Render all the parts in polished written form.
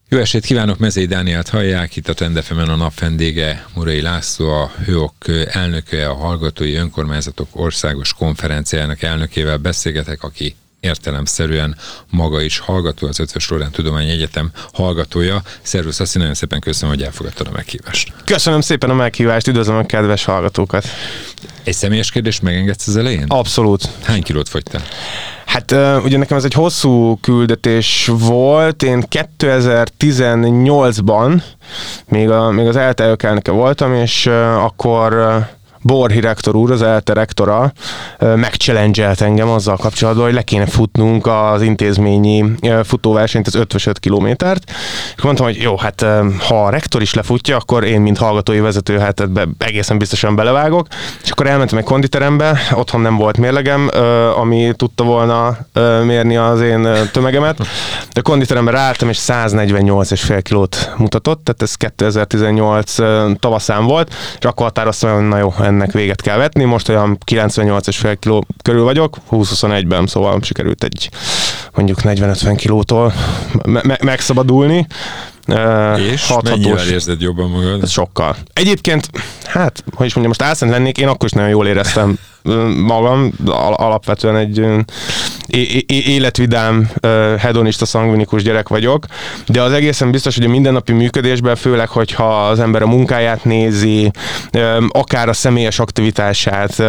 Jó estét kívánok, Mezei Dánielt hallják, itt a Trend FM-en a nap vendége Murai László, a HÖOK elnöke, a Hallgatói Önkormányzatok Országos Konferenciájának elnökével beszélgetek, aki értelemszerűen maga is hallgató, az Eötvös Loránd Tudományegyetem hallgatója. Szervusz, azt nagyon szépen köszönöm, hogy elfogadtad a meghívást. Köszönöm szépen a meghívást, üdvözlöm a kedves hallgatókat. Egy személyes kérdést megengedsz az elején? Abszolút. Hány kilót fogytál? Hát ugye nekem ez egy hosszú küldetés volt, én 2018-ban még az ELTE elnöke voltam, és akkor Borhi rektor úr, az ELTE rektora megchallengelt engem azzal kapcsolatban, hogy le kéne futnunk az intézményi futóversenyt, az 55 kilométert. És mondtam, hogy jó, hát ha a rektor is lefutja, akkor én, mint hallgatói vezető, hát ebbe egészen biztosan belevágok. És akkor elmentem egy konditerembe, otthon nem volt mérlegem, ami tudta volna mérni az én tömegemet. De a konditerembe ráálltam, és 148,5 kilót mutatott, tehát ez 2018 tavaszán volt, és akkor határoztam, hogy na jó, ennek véget kell vetni. Most olyan 98,5 kiló körül vagyok, 20-21-ben, szóval sikerült egy mondjuk 40-50 kilótól megszabadulni. És mennyivel érzed jobban magad? Ez sokkal. Egyébként, hát, hogy is mondjam, most álszent lennék, én akkor is nagyon jól éreztem magam, alapvetően egy életvidám, hedonista, szangvinikus gyerek vagyok, de az egészen biztos, hogy a mindennapi működésben, főleg, hogyha az ember a munkáját nézi, akár a személyes aktivitását,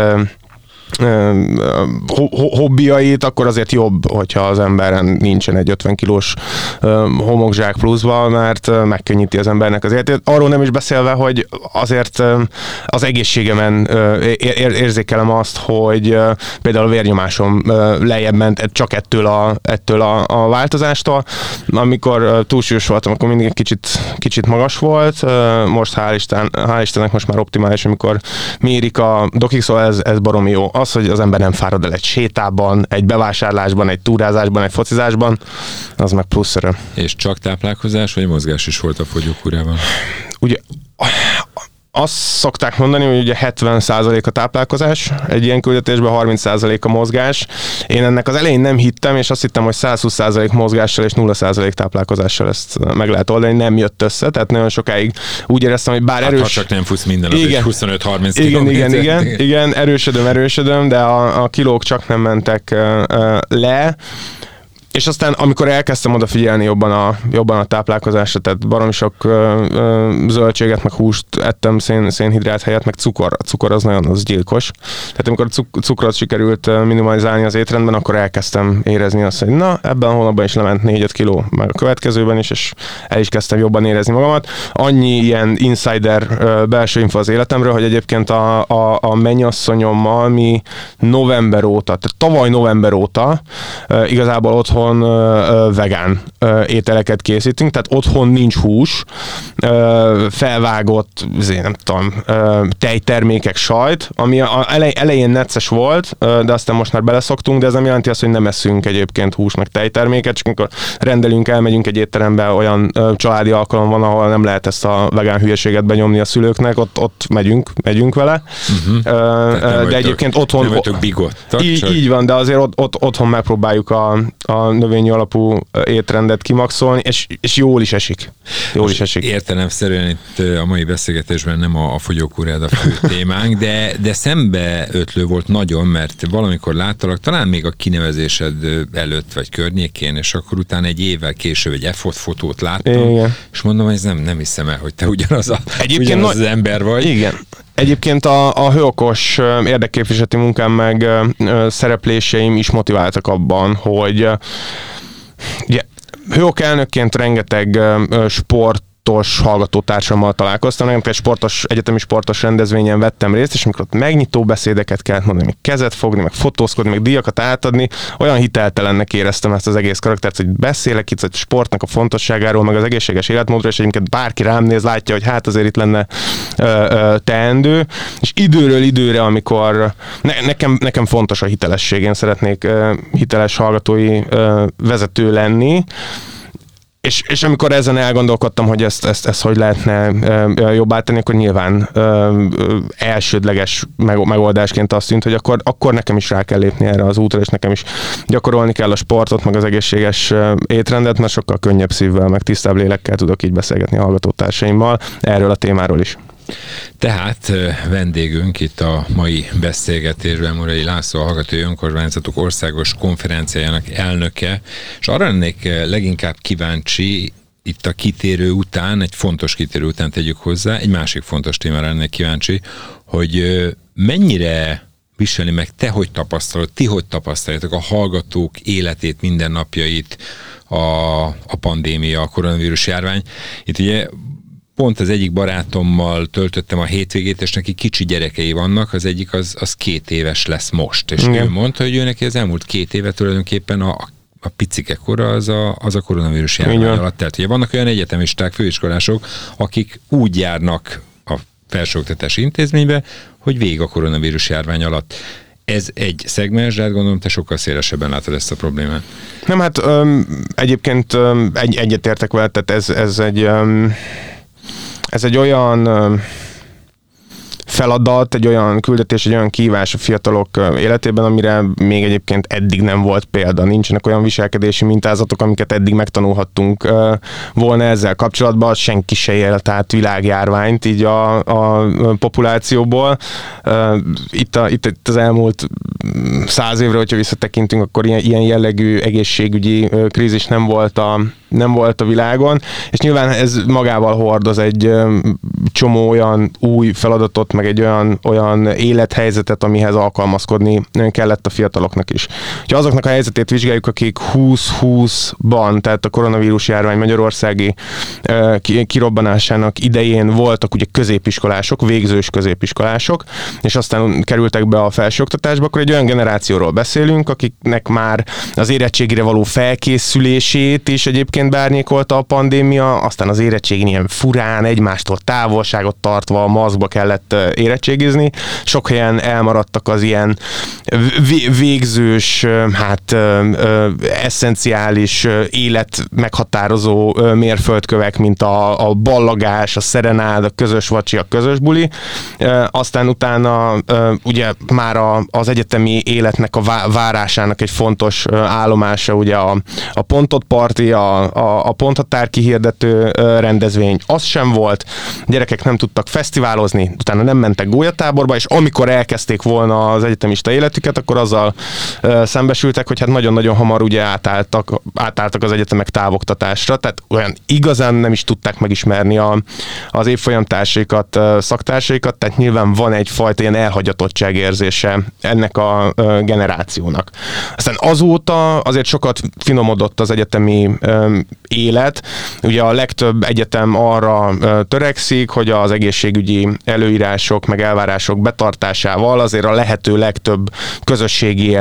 hobbiait, akkor azért jobb, hogyha az emberen nincsen egy 50 kilós homokzsák pluszba, mert megkönnyíti az embernek az életét. Arról nem is beszélve, hogy azért az egészségemen érzékelem azt, hogy például a vérnyomásom lejjebb ment csak ettől a változástól. Amikor túlsúlyos voltam, akkor mindig egy kicsit magas volt. Most hál' Istennek most már optimális, amikor mérik a dokik, szóval ez baromi jó. Az, hogy az ember nem fárad el egy sétában, egy bevásárlásban, egy túrázásban, egy focizásban, az meg plusz öröm. És csak táplálkozás, vagy mozgás is volt a fogyókúrában? Ugye azt szokták mondani, hogy ugye 70% a táplálkozás, egy ilyen küldetésben 30% a mozgás. Én ennek az elején nem hittem, és azt hittem, hogy 120% mozgással és 0% táplálkozással ezt meg lehet oldani, nem jött össze, tehát nagyon sokáig úgy éreztem, hogy bár erős... Ha csak nem futsz minden nap, és 25-30 kilométer. Igen, erősödöm, de a kilók csak nem mentek le. És aztán, amikor elkezdtem odafigyelni jobban a táplálkozásra, tehát baromi sok zöldséget, meg húst ettem szénhidrát helyett, meg cukor. A cukor az gyilkos. Tehát amikor a cukrot sikerült minimalizálni az étrendben, akkor elkezdtem érezni azt, hogy na, ebben a hónapban is lement 4-5 kiló, meg a következőben is, és el is kezdtem jobban érezni magamat. Annyi ilyen insider belső info az életemről, hogy egyébként a mennyasszonyommal mi november óta, tehát tavaly november óta igazából otthon vegán ételeket készítünk, tehát otthon nincs hús, felvágott, nem tudom, tejtermékek, sajt, ami elején necces volt, de aztán most már beleszoktunk, de ez nem jelenti azt, hogy nem eszünk egyébként hús meg tejterméket, csak amikor rendelünk, elmegyünk egy étterembe, olyan családi alkalom van, ahol nem lehet ezt a vegán hülyeséget benyomni a szülőknek, ott megyünk vele. De egyébként otthon... Nem vagytok bigottak. Így van, de azért otthon megpróbáljuk a növényi alapú étrendet kimaxolni, és jól is esik. Értelemszerűen itt a mai beszélgetésben nem a fogyókúrád a fő témánk, de szembeötlő volt nagyon, mert valamikor láttalak, talán még a kinevezésed előtt vagy környékén, és akkor utána egy évvel később egy fotót láttam, igen. És mondom, hogy ez nem hiszem el, hogy te ugyanaz az ember vagy. Igen. Egyébként a HÖOK-os érdekképviseleti munkám meg szerepléseim is motiváltak abban, hogy ugye, HÖOK elnökként rengeteg sportos hallgatótársammal találkoztam, rengeteg egyetemi sportos rendezvényen vettem részt, és amikor ott megnyitó beszédeket kellett mondani, meg kezet fogni, meg fotózkodni, meg díjakat átadni, olyan hiteltelennek éreztem ezt az egész karaktert, hogy beszélek itt a sportnak a fontosságáról, meg az egészséges életmódról, és egyébként bárki rám néz, látja, hogy hát azért itt lenne teendő, és időről időre, amikor nekem fontos a hitelesség, én szeretnék hiteles hallgatói vezető lenni, És amikor ezen elgondolkodtam, hogy ezt hogy lehetne jobbá tenni, akkor nyilván elsődleges megoldásként azt tűnt, hogy akkor nekem is rá kell lépni erre az útra, és nekem is gyakorolni kell a sportot, meg az egészséges étrendet, mert sokkal könnyebb szívvel, meg tisztább lélekkel tudok így beszélgetni a hallgatótársaimmal erről a témáról is. Tehát vendégünk itt a mai beszélgetésben Murai László, a Hallgatói Önkormányzatok Országos Konferenciájának elnöke, és arra lennék leginkább kíváncsi, itt a kitérő után, egy fontos kitérő után tegyük hozzá, egy másik fontos témára lennék kíváncsi, hogy mennyire viseli meg, te hogy tapasztalod, ti hogy tapasztaljátok a hallgatók életét, mindennapjait, a pandémia, a koronavírus járvány. Itt ugye pont az egyik barátommal töltöttem a hétvégét, és neki kicsi gyerekei vannak, az egyik az 2 éves lesz most, és ő mondta, hogy ő neki az elmúlt 2 éve tulajdonképpen a picike kora az a koronavírus járvány alatt. Tehát ugye vannak olyan egyetemisták, főiskolások, akik úgy járnak a felsőoktatási intézménybe, hogy végig a koronavírus járvány alatt. Ez egy szegmens, de hát gondolom, te sokkal szélesebben látod ezt a problémát. Nem, hát egyébként egyetértek vele, tehát ez egy olyan feladat, egy olyan küldetés, egy olyan kihívás a fiatalok életében, amire még egyébként eddig nem volt példa. Nincsenek olyan viselkedési mintázatok, amiket eddig megtanulhattunk volna ezzel kapcsolatban. Senki se élt át világjárványt így a populációból. Itt az elmúlt 100 évre, hogyha visszatekintünk, akkor ilyen jellegű egészségügyi krízis nem volt a világon, és nyilván ez magával hordoz egy csomó olyan új feladatot, meg egy olyan élethelyzetet, amihez alkalmazkodni kellett a fiataloknak is. Ha azoknak a helyzetét vizsgáljuk, akik 2020-ban, tehát a koronavírus járvány magyarországi kirobbanásának idején voltak ugye középiskolások, végzős középiskolások, és aztán kerültek be a felsőoktatásba, akkor egy olyan generációról beszélünk, akiknek már az érettségire való felkészülését is egyébként beárnyékolta a pandémia, aztán az érettségén ilyen furán, egymástól távolságot tartva, maszkba kellett érettségizni. Sok helyen elmaradtak az ilyen végzős, esszenciális, élet meghatározó mérföldkövek, mint a ballagás, a szerenád, a közös vacsi, a közös buli. Aztán utána ugye már az egyetemi életnek a várásának egy fontos állomása ugye a pontot parti, a ponthatár kihirdető rendezvény, az sem volt. Gyerekek nem tudtak fesztiválozni, utána nem mentek gólyatáborba, és amikor elkezdték volna az egyetemista életüket, akkor azzal szembesültek, hogy hát nagyon-nagyon hamar ugye átálltak az egyetemek távoktatásra, tehát olyan igazán nem is tudták megismerni az évfolyamtársaikat, szaktársaikat, tehát nyilván van egyfajta ilyen elhagyatottság érzése ennek a generációnak. Aztán azóta azért sokat finomodott az egyetemi élet. Ugye a legtöbb egyetem arra törekszik, hogy az egészségügyi előírások meg elvárások betartásával azért a lehető legtöbb közösségi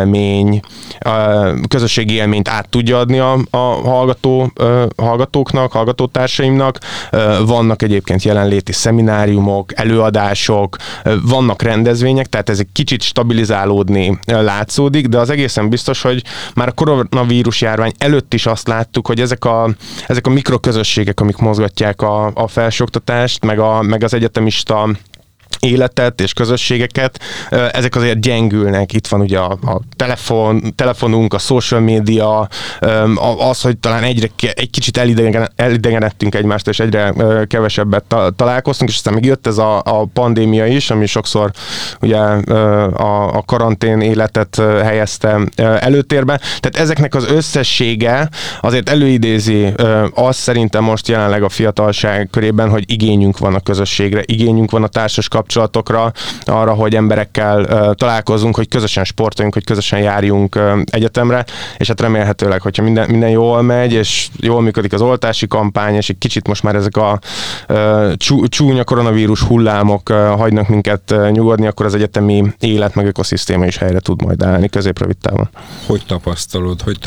élményt át tudja adni a hallgatóknak, hallgatótársaimnak. Vannak egyébként jelenléti szemináriumok, előadások, vannak rendezvények, tehát ez egy kicsit stabilizálódni látszódik, de az egészen biztos, hogy már a koronavírus járvány előtt is azt láttuk, hogy ezek a mikroközösségek, amik mozgatják a felsőoktatást, meg az egyetemista életet és közösségeket, ezek azért gyengülnek. Itt van ugye a telefonunk, a social media, az, hogy talán egy kicsit elidegenedtünk egymást, és egyre kevesebbet találkoztunk, és aztán még jött ez a pandémia is, ami sokszor ugye a karantén életet helyezte előtérbe. Tehát ezeknek az összessége azért előidézi azt szerintem most jelenleg a fiatalság körében, hogy igényünk van a közösségre, igényünk van a társas kapcsolatokra, arra, hogy emberekkel találkozunk, hogy közösen sportoljunk, hogy közösen járjunk egyetemre, és hát remélhetőleg, hogyha minden jól megy, és jól működik az oltási kampány, és egy kicsit most már ezek a csúnya koronavírus hullámok hagynak minket nyugodni, akkor az egyetemi élet meg ökoszisztéma is helyre tud majd állni közép-rövid távon. Hogy tapasztalod,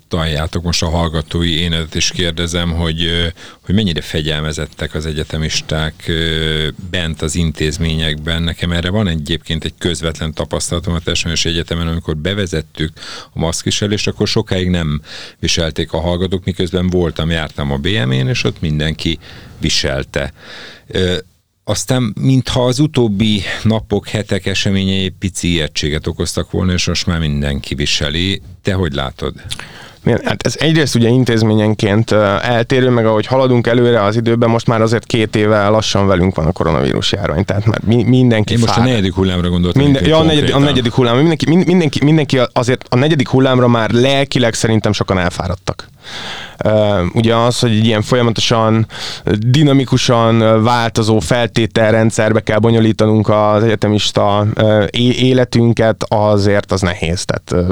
tapasztaljátok, most a hallgatói énedet is kérdezem, hogy mennyire fegyelmezettek az egyetemisták bent az intézményekben. Nekem erre van egyébként egy közvetlen tapasztalatom a Testnevelési Egyetemen, amikor bevezettük a maszkviselést, akkor sokáig nem viselték a hallgatók, miközben jártam a BM-én, és ott mindenki viselte. Aztán, mintha az utóbbi napok, hetek eseményei pici ijegységet okoztak volna, és most már mindenki viseli. Te hogy látod? Hát ez egyrészt ugye intézményenként eltérő, meg ahogy haladunk előre az időben, most már azért 2 éve lassan velünk van a koronavírus járvány, tehát már mindenki Én most a 4. hullámra gondoltam. A 4. hullámra. Mindenki azért a 4. hullámra már lelkileg szerintem sokan elfáradtak. Ugye az, hogy egy ilyen folyamatosan dinamikusan változó feltételrendszerbe kell bonyolítanunk az egyetemista életünket, azért az nehéz. Tehát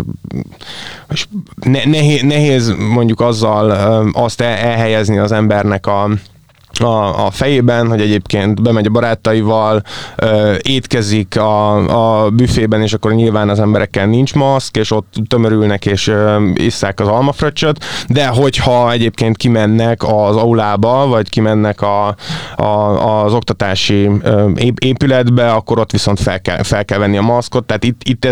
nehéz mondjuk azzal azt elhelyezni az embernek a fejében, hogy egyébként bemegy a barátaival, étkezik a büfében, és akkor nyilván az emberekkel nincs maszk, és ott tömörülnek, és isszák az almafröccsöt, de hogyha egyébként kimennek az aulába, vagy kimennek az oktatási épületbe, akkor ott viszont fel kell venni a maszkot, tehát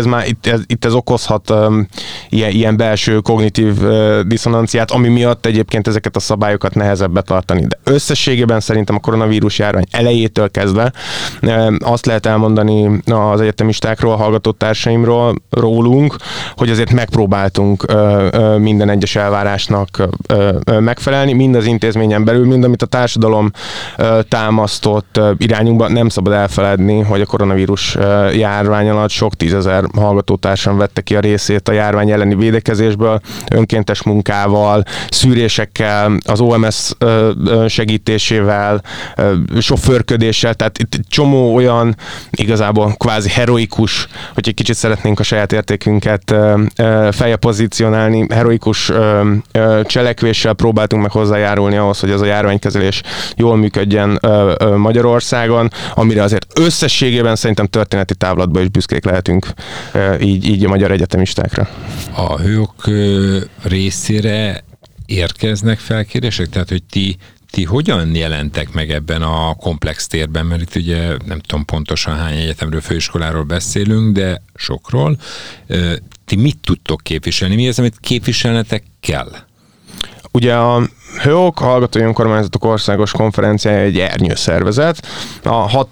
itt ez okozhat ilyen belső kognitív diszonanciát, ami miatt egyébként ezeket a szabályokat nehezebb betartani. De összességében szerintem a koronavírus járvány elejétől kezdve azt lehet elmondani az egyetemistákról, a hallgatótársaimról, rólunk, hogy azért megpróbáltunk minden egyes elvárásnak megfelelni, mind az intézményen belül, mind amit a társadalom támasztott irányunkban. Nem szabad elfeledni, hogy a koronavírus járvány alatt sok 10 000 hallgatótársam vette ki a részét a járvány elleni védekezésből, önkéntes munkával, szűrésekkel, az OMS segítésével, sofőrködéssel, tehát itt csomó olyan igazából kvázi heroikus, hogy egy kicsit szeretnénk a saját értékünket feljebb pozícionálni, heroikus cselekvéssel próbáltunk meg hozzájárulni ahhoz, hogy ez a járványkezelés jól működjen Magyarországon, amire azért összességében szerintem történeti távlatban is büszkék lehetünk így a magyar egyetemistákra. A hőok részére érkeznek felkérések? Tehát, hogy ti hogyan jelentek meg ebben a komplex térben, mert itt ugye nem tudom pontosan hány egyetemről, főiskoláról beszélünk, de sokról. Ti mit tudtok képviselni? Mi az, amit képviselnetek kell? Ugye a HÖOK, a Hallgatói Önkormányzatok Országos Konferenciája egy ernyőszervezet. A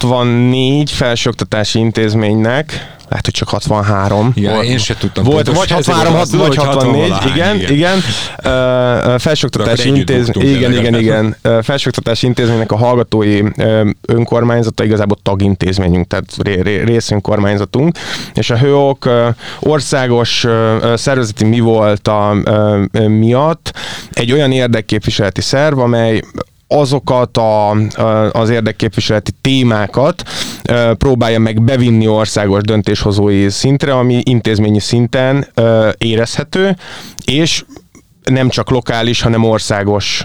64 felsőoktatási intézménynek, lehet, hogy csak 63. Ja, én se tudtam. Volt, vagy 63, vagy 64, igen. Felsőoktatási intézmény, felsőoktatási intézménynek a hallgatói önkormányzata igazából tagintézményünk, tehát részönkormányzatunk, és a HÖOK országos szervezeti mi volt miatt egy olyan érdekképviseleti szerv, amely azokat az érdekképviseleti témákat próbálja meg bevinni országos döntéshozói szintre, ami intézményi szinten érezhető, és nem csak lokális, hanem országos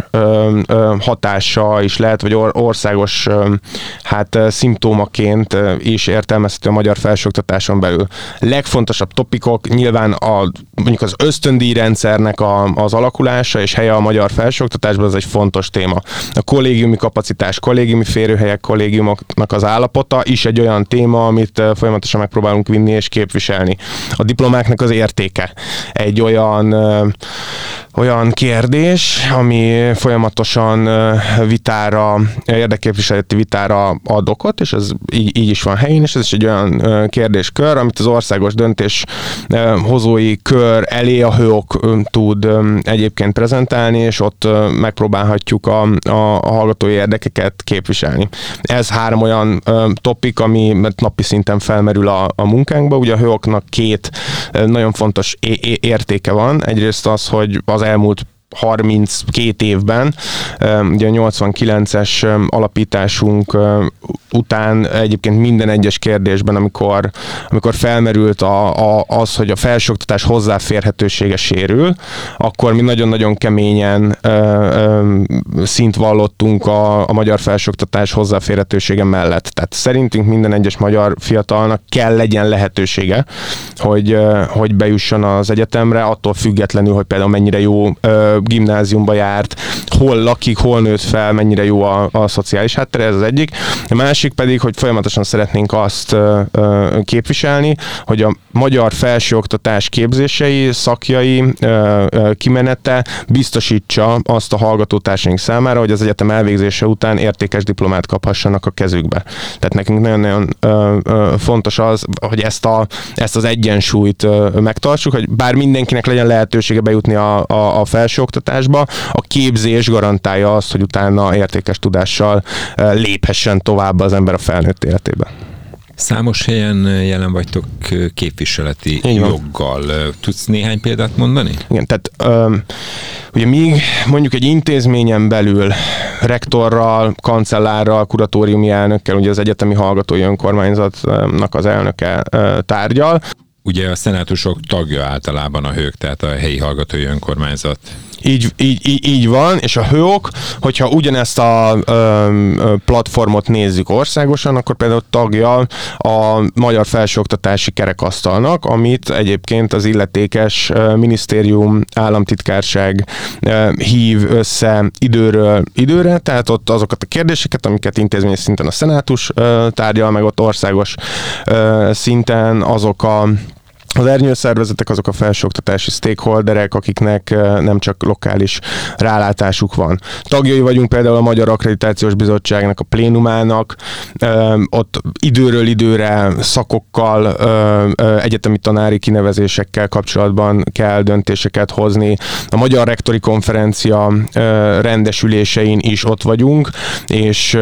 hatása is lehet, vagy országos szimptómaként is értelmezhető a magyar felsőoktatáson belül. Legfontosabb topikok nyilván mondjuk az ösztöndíjrendszernek az alakulása és helye a magyar felsőoktatásban, ez egy fontos téma. A kollégiumi kapacitás, kollégiumi férőhelyek, kollégiumoknak az állapota is egy olyan téma, amit folyamatosan megpróbálunk vinni és képviselni. A diplomáknak az értéke egy olyan kérdés, ami folyamatosan érdekképviseleti vitára ad okot, és ez így is van helyén, és ez is egy olyan kérdéskör, amit az országos döntéshozói kör elé a HÖOK tud egyébként prezentálni, és ott megpróbálhatjuk a hallgatói érdekeket képviselni. Ez 3 olyan topik, ami napi szinten felmerül a munkánkba. Ugye a HÖOK-nak 2 nagyon fontos értéke van. Egyrészt az, hogy az elmúlt 32 évben. Ugye a 89-es alapításunk után egyébként minden egyes kérdésben, amikor felmerült az, hogy a felsőoktatás hozzáférhetősége sérül, akkor mi nagyon-nagyon keményen szint vallottunk a magyar felsőoktatás hozzáférhetősége mellett. Tehát szerintünk minden egyes magyar fiatalnak kell legyen lehetősége, hogy bejusson az egyetemre, attól függetlenül, hogy például mennyire jó gimnáziumba járt, hol lakik, hol nőtt fel, mennyire jó a szociális háttere, ez az egyik. A másik pedig, hogy folyamatosan szeretnénk azt képviselni, hogy a magyar felsőoktatás képzései, szakjai, kimenete biztosítsa azt a hallgatótársaink számára, hogy az egyetem elvégzése után értékes diplomát kaphassanak a kezükbe. Tehát nekünk nagyon-nagyon fontos az, hogy ezt az egyensúlyt megtartsuk, hogy bár mindenkinek legyen lehetősége bejutni a felsőoktatásba, a képzés garantálja azt, hogy utána értékes tudással léphessen tovább az ember a felnőtt életében. Számos helyen jelen vagytok képviseleti joggal. Tudsz néhány példát mondani? Igen, tehát ugye míg mondjuk egy intézményen belül rektorral, kancellárral, kuratóriumi elnökkel, ugye az egyetemi hallgatói önkormányzatnak az elnöke tárgyal. Ugye a szenátusok tagja általában a HÖK, tehát a helyi hallgatói önkormányzat. Így van, és a HÖOK, hogyha ugyanezt a platformot nézzük országosan, akkor például tagja a Magyar Felsőoktatási Kerekasztalnak, amit egyébként az illetékes minisztérium, államtitkárság hív össze időről időre, tehát ott azokat a kérdéseket, amiket intézményi szinten a szenátus tárgyal, meg ott országos szinten azok az ernyőszervezetek, azok a felsőoktatási stakeholderek, akiknek nem csak lokális rálátásuk van. Tagjai vagyunk például a Magyar Akkreditációs Bizottságnak, a plénumának, ott időről időre szakokkal, egyetemi tanári kinevezésekkel kapcsolatban kell döntéseket hozni. A Magyar Rektori Konferencia rendesülésein is ott vagyunk, és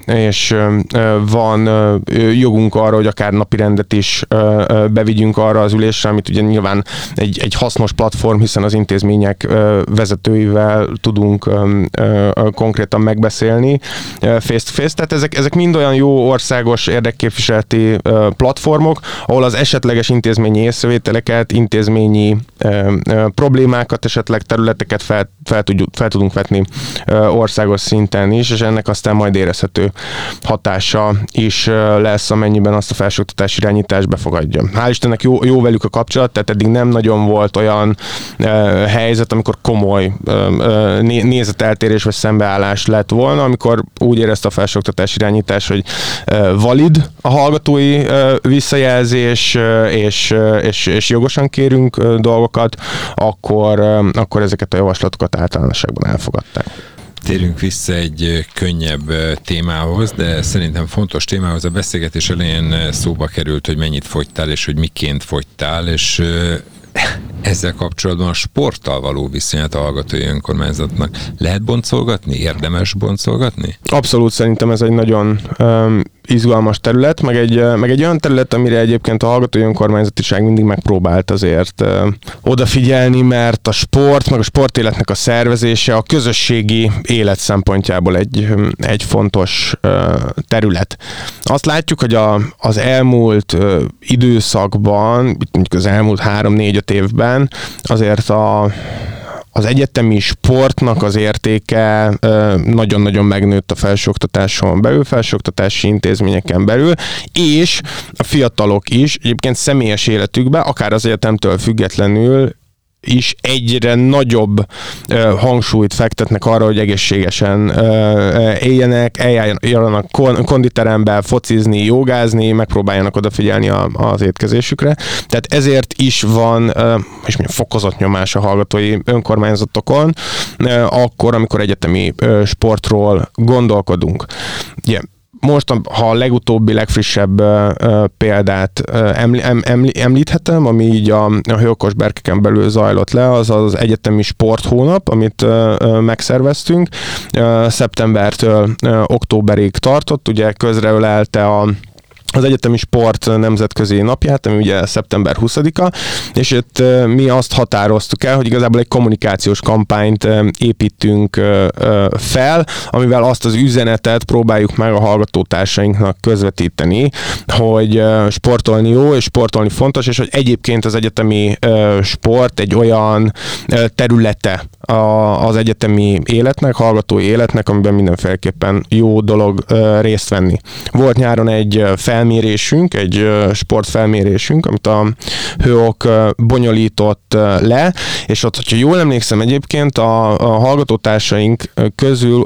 van jogunk arra, hogy akár napirendet is bevigyünk arra az ülésre, amit ugye nyilván egy hasznos platform, hiszen az intézmények vezetőivel tudunk konkrétan megbeszélni face-to-face. Tehát ezek mind olyan jó országos érdekképviseleti platformok, ahol az esetleges intézményi észrevételeket, intézményi problémákat, esetleg területeket fel tudunk vetni országos szinten is, és ennek aztán majd érezhető hatása is lesz, amennyiben azt a felsőoktatás irányítás befogadja. Hál' Istennek jó velük a kapcsolat, tehát eddig nem nagyon volt olyan helyzet, amikor komoly nézeteltérés vagy szembeállás lett volna, amikor úgy érezte a felsőoktatás irányítás, hogy valid a hallgatói visszajelzés, és jogosan kérünk dolgokat, akkor ezeket a javaslatokat általánosságban elfogadták. Térjünk vissza egy könnyebb témához, de szerintem fontos témához. A beszélgetés elején szóba került, hogy mennyit fogytál, és hogy miként fogytál, és ezzel kapcsolatban a sporttal való viszonyát a hallgatói önkormányzatnak lehet boncolgatni? Érdemes boncolgatni? Abszolút, szerintem ez egy nagyon izgalmas terület, meg egy olyan terület, amire egyébként a hallgatói önkormányzatiság mindig megpróbált azért odafigyelni, mert a sport, meg a sportéletnek a szervezése a közösségi élet szempontjából egy fontos terület. Azt látjuk, hogy az elmúlt időszakban, mondjuk az elmúlt 3-4-5 évben azért az egyetemi sportnak az értéke nagyon-nagyon megnőtt a felsőoktatáson belül, felsőoktatási intézményeken belül, és a fiatalok is egyébként személyes életükben, akár az egyetemtől függetlenül is egyre nagyobb hangsúlyt fektetnek arra, hogy egészségesen éljenek, eljárjanak konditerembe, focizni, jogázni, megpróbáljanak odafigyelni az étkezésükre. Tehát ezért is van fokozott nyomás a hallgatói önkormányzatokon, akkor, amikor egyetemi sportról gondolkodunk. Yeah. Most, ha a legutóbbi, legfrissebb példát említhetem, ami így a Hőokos Berkeken belül zajlott le, az az egyetemi sporthónap, amit megszerveztünk. Szeptembertől októberig tartott, ugye közreölelte az egyetemi sport nemzetközi napját, ami ugye szeptember 20-a, és itt mi azt határoztuk el, hogy igazából egy kommunikációs kampányt építünk fel, amivel azt az üzenetet próbáljuk meg a hallgatótársainknak közvetíteni, hogy sportolni jó, és sportolni fontos, és hogy egyébként az egyetemi sport egy olyan területe az egyetemi életnek, hallgatói életnek, amiben mindenféleképpen jó dolog részt venni. Volt nyáron egy felmérésünk, egy sportfelmérésünk, amit a HÖOK bonyolított le, és ott, hogyha jól emlékszem egyébként, a hallgatótársaink közül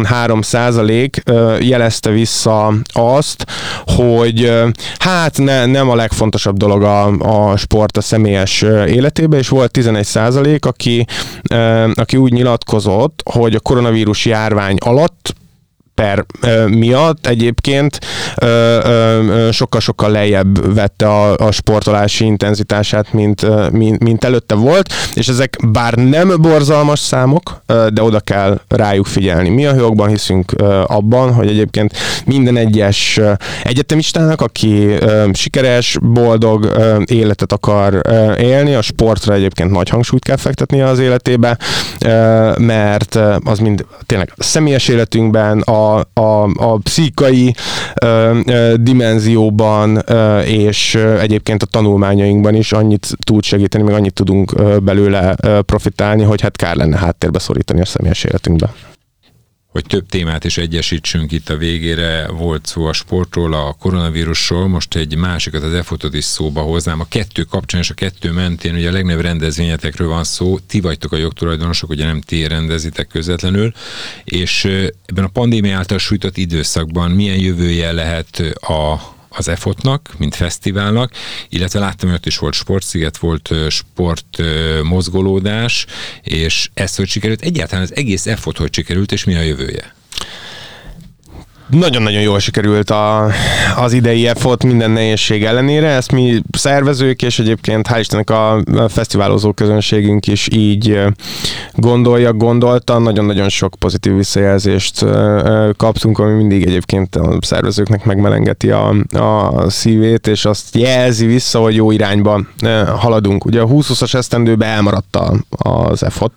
23% jelezte vissza azt, hogy hát nem a legfontosabb dolog a sport a személyes életében, és volt 11%, aki úgy nyilatkozott, hogy a koronavírus járvány alatt miatt egyébként sokkal-sokkal lejjebb vette a sportolási intenzitását, mint előtte volt, és ezek bár nem borzalmas számok, de oda kell rájuk figyelni. Mi a HÖOK-ban hiszünk abban, hogy egyébként minden egyes egyetemistának, aki sikeres, boldog életet akar élni, a sportra egyébként nagy hangsúlyt kell fektetnie az életébe, mert az mind tényleg a személyes életünkben, a pszichai dimenzióban és egyébként a tanulmányainkban is annyit tud segíteni, meg annyit tudunk belőle profitálni, hogy hát kár lenne háttérbe szorítani a személyes életünkbe. Hogy több témát is egyesítsünk itt a végére, volt szó a sportról, a koronavírusról, most egy másikat, az EFOT-ot is szóba hoznám. A kettő kapcsán és a kettő mentén, ugye a legnagyobb rendezvényetekről van szó, ti vagytok a jogtulajdonosok, ugye nem ti rendezitek közvetlenül, és ebben a pandémia által sújtott időszakban milyen jövője lehet az EFOT-nak, mint fesztiválnak, illetve láttam, hogy ott is volt sportsziget, volt sportmozgolódás, és ez hogy sikerült? Egyáltalán az egész EFOT hogy sikerült, és mi a jövője? Nagyon-nagyon jól sikerült az idei EFOT minden nehézség ellenére. Ezt mi szervezők, és egyébként hál' Istennek a fesztiválozó közönségünk is így gondolta. Nagyon-nagyon sok pozitív visszajelzést kaptunk, ami mindig egyébként a szervezőknek megmelengeti a szívét, és azt jelzi vissza, hogy jó irányba haladunk. Ugye a 2020-as esztendőben elmaradt az EFOT.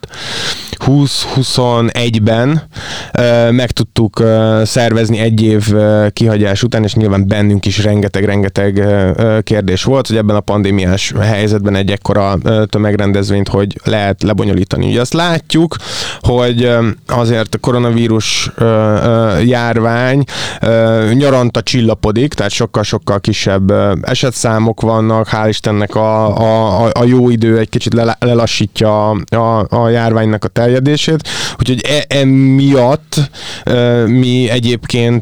2021-ben meg tudtuk szervezni egy év kihagyás után, és nyilván bennünk is rengeteg kérdés volt, hogy ebben a pandémiás helyzetben egy ekkora tömegrendezvényt hogy lehet lebonyolítani. Ugye azt látjuk, hogy azért a koronavírus járvány nyaranta csillapodik, tehát sokkal kisebb esetszámok vannak, hál' Istennek a jó idő egy kicsit lelassítja a járványnak a terjedését, úgyhogy emiatt mi egyébként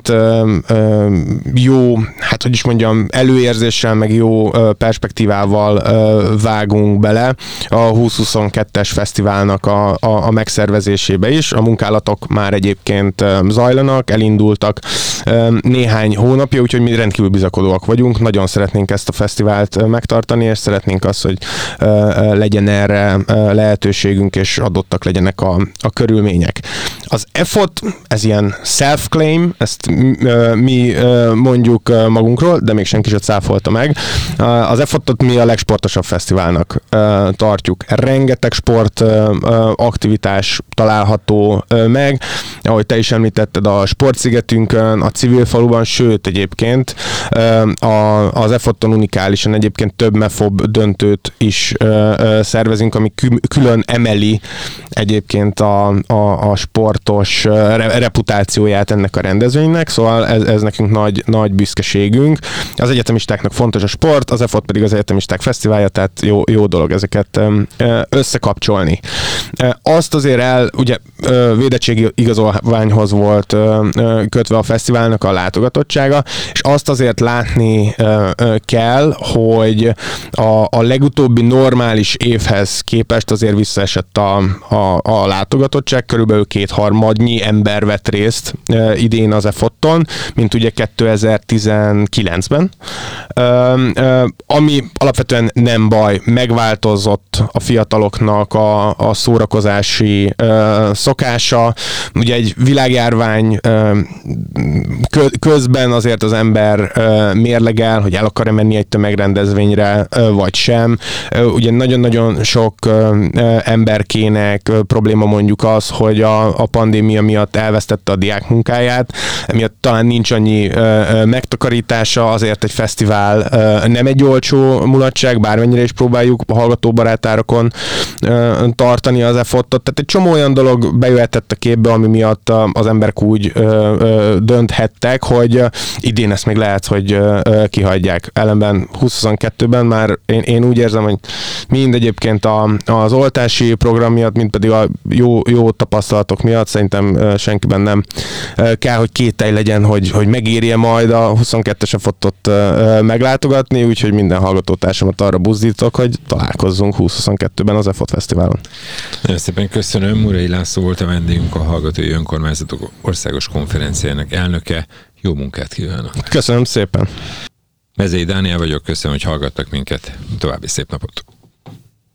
jó, hát hogy is mondjam, előérzéssel, meg jó perspektívával vágunk bele a 2022-es fesztiválnak a megszervezésébe is. A munkálatok már egyébként zajlanak, elindultak néhány hónapja, úgyhogy mi rendkívül bizakodóak vagyunk. Nagyon szeretnénk ezt a fesztivált megtartani, és szeretnénk azt, hogy legyen erre lehetőségünk, és adottak legyenek a körülmények. Az EFOT, ez ilyen self-claim, ezt mi mondjuk magunkról, de még senki sem cáfolta meg. Az EFOT-ot mi a legsportosabb fesztiválnak tartjuk. Rengeteg sport aktivitás található meg, ahogy te is említetted, a sportszigetünkön, a civil faluban, sőt egyébként az EFOT-on unikálisan egyébként több MEFOB döntőt is szervezünk, ami külön emeli egyébként a sportos reputációját ennek a rendezvénynek, szóval ez nekünk nagy büszkeségünk. Az egyetemistáknak fontos a sport, az EFOT pedig az egyetemisták fesztiválja, tehát jó dolog ezeket összekapcsolni. Azt azért ugye védettségi igazolványhoz volt kötve a fesztiválnak a látogatottsága, és azt azért látni kell, hogy a legutóbbi normális évhez képest azért visszaesett a látogatottság, körülbelül 2/3 ember vett részt idén az EFOT-on, mint ugye 2019-ben, ami alapvetően nem baj, megváltozott a fiataloknak a szórakozási szokása. Ugye egy világjárvány közben azért az ember mérlegel, hogy el akar-e menni egy tömegrendezvényre, vagy sem. Ugye nagyon-nagyon sok emberkének probléma mondjuk az, hogy a pandémia miatt elvesztette a diákmunkáját, emiatt talán nincs annyi megtakarítása, azért egy fesztivál nem egy olcsó mulatság, bármennyire is próbáljuk a hallgatóbarátárakon tartani az EFOT-ot. Tehát egy csomó olyan dolog bejöhetett a képbe, ami miatt az emberek úgy dönthettek, hogy idén ezt még lehet, hogy kihagyják. Ellenben 2022-ben már én úgy érzem, hogy mind egyébként az oltási program miatt, mind pedig a jó tapasztalatok miatt szerintem senkiben nem kell, hogy kételj legyen, hogy megérje majd a 22-es EFOT-ot meglátogatni, úgyhogy minden hallgatótársamat arra buzdítok, hogy találkozzunk 2022-ben az EFOT Fesztiválon. Nagyon szépen köszönöm. Murai László volt a vendégünk, a Hallgatói Önkormányzatok Országos Konferenciájának elnöke. Jó munkát kívánok! Köszönöm szépen! Mezei Dániel vagyok, köszönöm, hogy hallgattak minket. További szép napot!